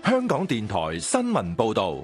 香港電台新聞報導。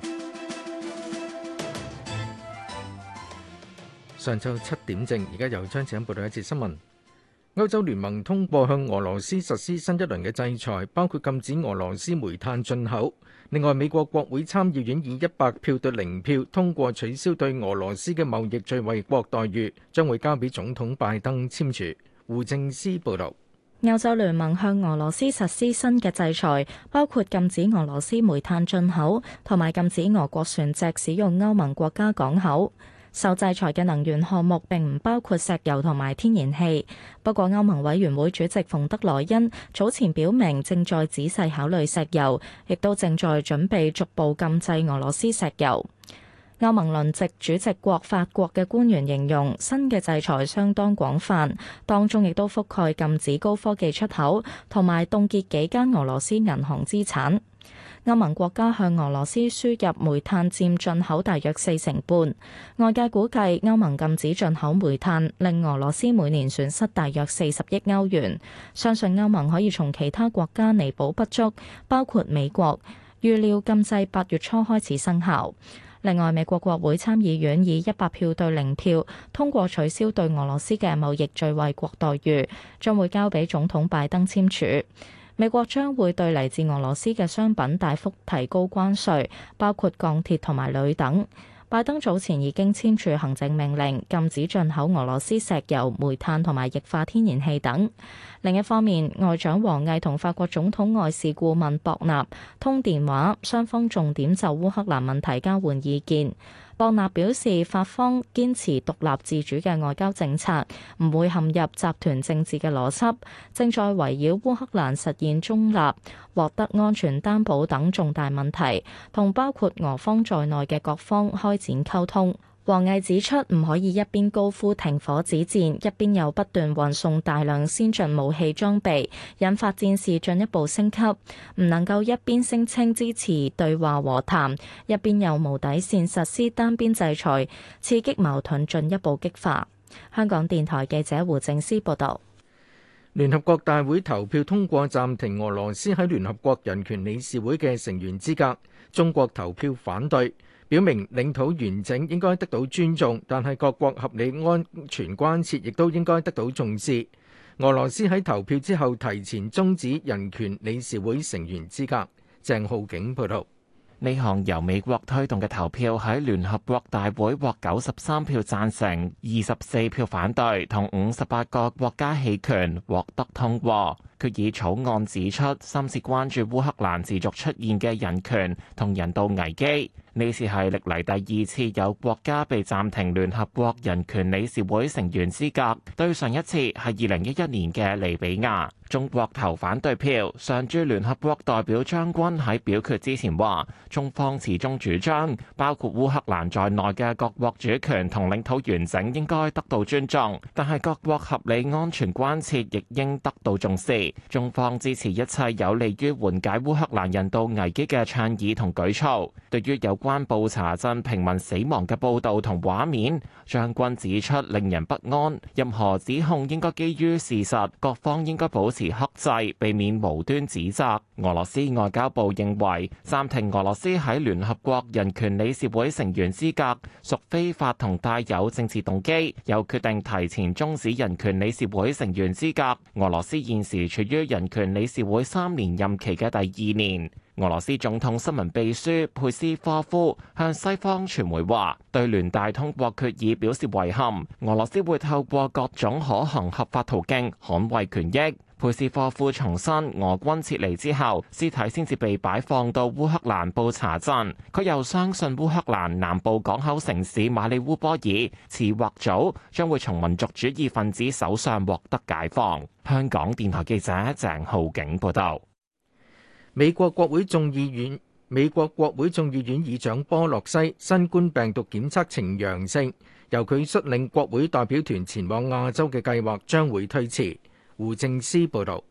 上晝7點正，而家由張子欣報道一節新聞。歐洲聯盟通過向俄羅斯實施新一輪嘅制裁，包括禁止俄羅斯煤炭進口。另外，美國國會參議院以100票對0票通過取消對俄羅斯嘅貿易最惠國待遇，將會交俾總統拜登簽署。胡正思報導。 歐洲聯盟向俄羅斯實施新嘅制裁，包括禁止俄羅斯煤炭進口，同埋禁止俄國船隻使用歐盟國家港口。受制裁嘅能源項目並唔包括石油同埋天然氣。不過歐盟委員會主席馮德萊恩早前表明，正在仔細考慮石油，亦都正在準備逐步禁制俄羅斯石油。歐盟輪值主席國法國嘅官員形容，新嘅制裁相當廣泛，當中亦都覆蓋禁止高科技出口，同埋凍結幾間俄羅斯銀行資產。歐盟國家向俄羅斯輸入煤炭佔進口大約40%，外界估計歐盟禁止進口煤炭，令俄羅斯每年損失大約40億歐元。相信歐盟可以從其他國家彌補不足，包括美國。預料禁制8月初開始生效。另外，美國國會參議院以100票對0票通過取消對俄羅斯嘅貿易最惠國待遇，將會交俾總統拜登簽署。美國將會對嚟自俄羅斯嘅商品大幅提高關稅，包括鋼鐵同埋鋁等。拜登早前已經簽署行政命令，禁止進口俄羅斯石油、煤炭同埋液化天然氣等。另一方面，外長王毅同法國總統外事顧問博納通電話，雙方重點就烏克蘭問題交換意見。博納表示，法方堅持獨立自主嘅外交政策，唔會陷入集團政治嘅邏輯，正在圍繞烏克蘭實現中立、獲得安全擔保等重大問題，同包括俄方在內嘅各方開展溝通。王毅指出，唔可以一邊高呼停火止戰，一邊又不斷運送大量先進武器裝備，引發戰事進一步升級。唔能夠一邊聲稱支持對話和談，一邊又無底線實施單邊制裁，刺激矛盾進一步激化。香港電台記者胡正思報道。 聯合國大會投票通過暫停俄羅斯喺聯合國人權理事會嘅成員資格，中國投票反對，表明領土完整應該得到尊重，但係各國合理安全關切亦都應該得到重視。俄羅斯喺投票之後提前終止人權理事會成員資格。鄭浩景報道。 呢項由美國推動嘅投票喺聯合國大會獲93票贊成、24票反對同58個國家棄權獲得通過。決議草案指出，深切關注烏克蘭持續出現嘅人權同人道危機。呢次係歷嚟第二次有國家被暫停聯合國人權理事會成員資格，對上一次係2011年嘅利比亞。中國投反對票，常駐聯合國代表張軍喺表決之前話，中方始終主張，包括烏克蘭在內嘅各國主權同領土完整應該得到尊重，但係各國合理安全關切亦應得到重視。中方支持一切有利於緩解烏克蘭人道危機嘅倡議同舉措。對於有關布查鎮平民死亡嘅報導同畫面，張軍指出令人不安，任何指控應該基於事實，各方應該保持克制，避免無端指責。俄羅斯外交部認為暫停俄羅斯喺聯合國人權理事會成員資格屬非法同帶有政治動機，又決定提前終止人權理事會成員資格。俄羅斯現時處於人權理事會3年任期嘅第2年。俄羅斯總統新聞秘書佩斯科夫向西方傳媒話，對聯大通過決議表示遺憾，俄羅斯會透過各種可行合法途徑捍衛權益。佩斯科夫重申，俄軍撤離之後，屍體先至被擺放到烏克蘭布查鎮。佢又相信烏克蘭南部港口城市馬里烏波爾遲或早將會從民族主義分子手上獲得解放。香港電台記者鄭浩景報道。 美國國會眾議院議長波洛西新冠病毒檢測呈陽性，由佢率領國會代表團前往亞洲嘅計劃將會推遲。胡正思報導。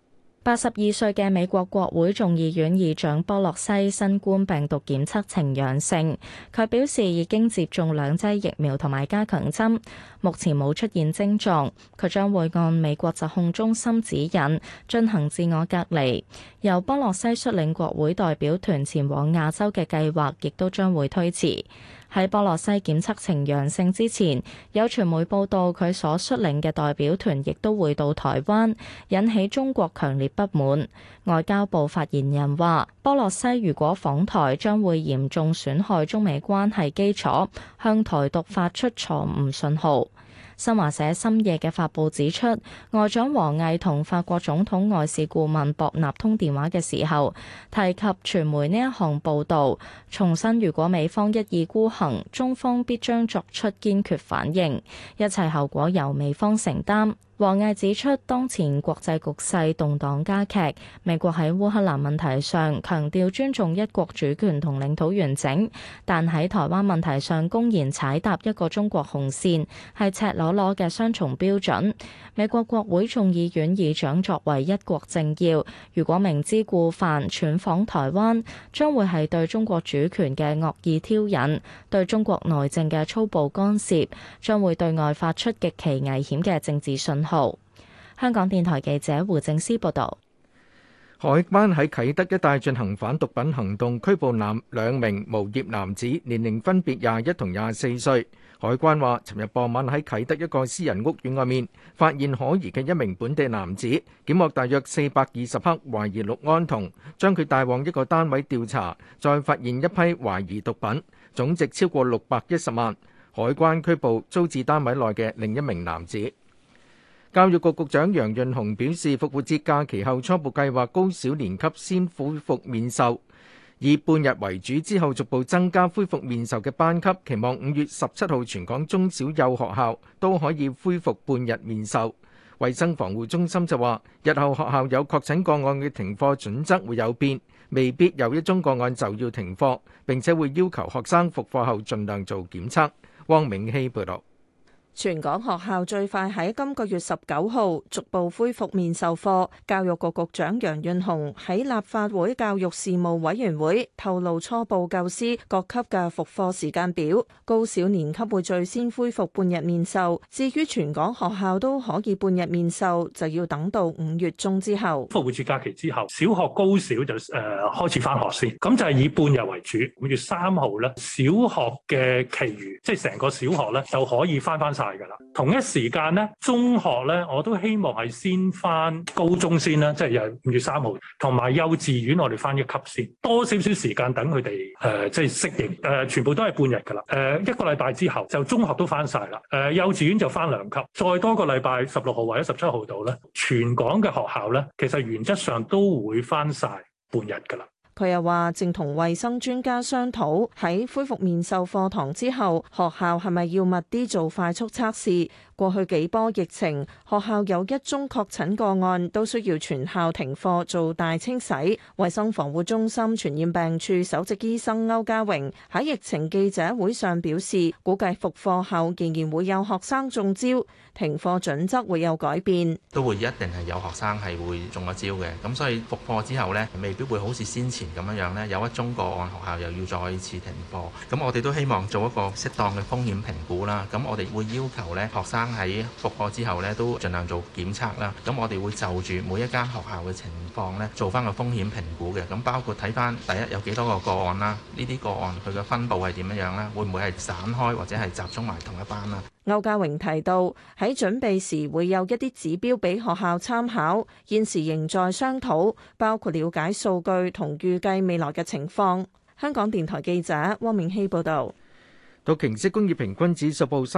82歲嘅美國國會眾議院議長波洛西新冠病毒檢測呈陽性，佢表示已經接種2劑疫苗同埋加強針，目前冇出現症狀。佢將會按美國疾控中心指引進行自我隔離。由波洛西率領國會代表團前往亞洲嘅計劃亦都將會推遲。喺波洛西檢測呈陽性之前，有傳媒報道佢所率領嘅代表團亦都會到台灣，引起中國強烈不滿。外交部發言人話，波洛西如果訪台，將會嚴重損害中美關係基礎，向台獨發出錯誤信號。新華社深夜嘅發布指出，外長王毅同法國總統外事顧問博納通電話嘅時候，提及傳媒呢一項報導，重申如果美方一意孤行，中方必將作出堅決反應，一切後果由美方承擔。王毅指出，當前國際局勢動盪加劇，美國喺烏克蘭問題上強調尊重一國主權同領土完整，但喺台灣問題上公然踩踏一個中國紅線，係赤裸裸嘅雙重標準。美國國會眾議院議長作為一國政要，如果明知故犯竄訪台灣，將會係對中國主權嘅惡意挑釁，對中國內政嘅粗暴干涉，將會對外發出極其危險嘅政治信號。香港電台記者胡正思報道。 海關喺啟德一帶進行反毒品行動，拘捕2名無業男子，年齡分別21同24歲。海關話，尋日傍晚喺啟德一個私人屋苑外面，發現可疑嘅1名本地男子，檢獲大約420克懷疑氯胺酮，將佢帶往一個單位調查，再發現一批懷疑毒品，總值超過610萬。海關拘捕租置單位內嘅另一名男子。教育局局長楊潤雄表示，復活節假期後初步計劃高小年級先恢復面授，以半日為主，之後逐步增加恢復面授嘅班級，期望5月17號全港中小幼學校都可以恢復半日面授。衛生防護中心就話，日後學校有確診個案嘅停課準則會有變，未必有1宗個案就要停課，並且會要求學生復課後盡量做檢測。汪明希報導。 全港學校最快喺今個月19號逐步恢復面授課。教育局局長楊潤雄喺立法會教育事務委員會透露初步教師各級嘅復課時間表，高小年級會最先恢復半日面授，至於全港學校都可以半日面授，就要等到5月中之後。 復活節假期之後，小學高小就開始返學先，咁就係以半日為主。5月3號咧，小學嘅其餘即係成個小學咧就可以返晒㗎啦。同一時間咧，中學咧我都希望係先翻高中先啦，即係5月3號，同埋幼稚園我哋翻1級先，多少少時間等佢哋即係適應。全部都係半日㗎啦。1個禮拜之後就中學都翻晒啦。幼稚園就翻2級，再多個禮拜16號或者17號度咧，全港嘅學校咧其實原則上都會翻晒半日㗎啦。 佢又話正同衛生專家商討，喺恢復面授課堂之後，學校係咪要密啲做快速測試？過去幾波疫情，學校有1宗確診個案，都需要全校停課做大清洗。衛生防護中心傳染病處首席醫生歐家榮喺疫情記者會上表示，估計復課後仍然會有學生中招，停課準則會有改變。 都會一定係有學生係會中咗招嘅，咁所以復課之後呢，未必會好似先前咁樣呢，有1宗個案學校又要再次停課。咁我哋都希望做一個適當嘅風險評估啦。咁我哋會要求呢學生喺復課之後呢都盡量做檢測啦。咁我哋會就住每一間學校嘅情況呢做翻個風險評估嘅。咁包括睇翻第一有幾多個個案啦，呢啲個案佢嘅分佈係點樣啦，會唔會係散開或者係集中埋同一班啦？ 歐家榮提到，喺準備時會有一啲指標俾學校參考，現時仍在商討，包括了解數據同預計未來嘅情況。香港電台記者汪明希報導。 道瓊斯工業平均指數報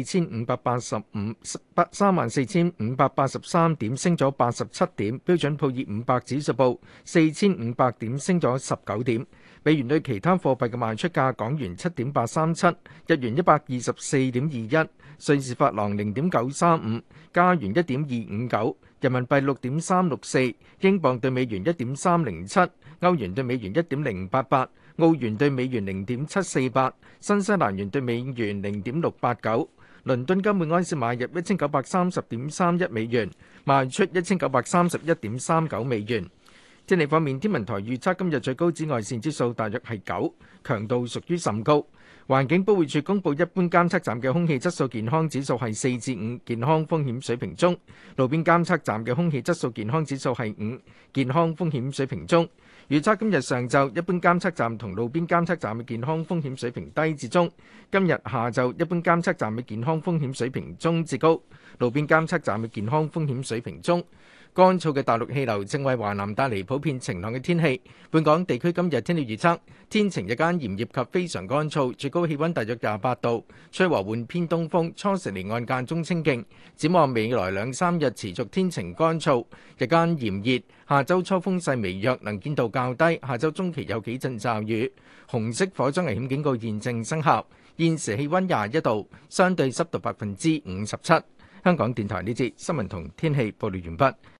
34,583點，升咗87點。標準普爾500指數報4,500點，升咗19點。美元對其他貨幣嘅賣出價：港元7.837，日元124.21，瑞士法郎0.935，加元1.259，人民幣6.364，英鎊對美元1.307，歐元對美元1.088。澳元對美元0.748，新西蘭元對美元0.689， 倫敦金每安士買入1930.31美元，賣出1931.39美元。天氣方面，天文台預測今日最高紫外線指數大約係9，強度屬於甚高。環境保護署公布一般監測站嘅空氣質素健康指數係4至5，健康風險水平中；路邊監測站嘅空氣質素健康指數係5，健康風險水平中。預測今日上晝一般監測站同路邊監測站嘅健康風險水平低至中；今日下晝一般監測站嘅健康風險水平中至高，路邊監測站嘅健康風險水平中。乾燥嘅大陸氣流正為華南帶嚟普遍晴朗嘅天氣。本港地區今日天氣預測，天晴日間炎熱及非常乾燥，最高氣溫大約28度，吹和緩偏東風，初時離岸間中清勁。展望未來2-3日持續天晴乾燥，日間炎熱，下周初風勢微弱，能見度較低，下周中期有幾陣驟雨。紅色火災危險警告現正生效。現時氣溫21度，相對濕度57%。香港電台呢節新聞同天氣報道完畢。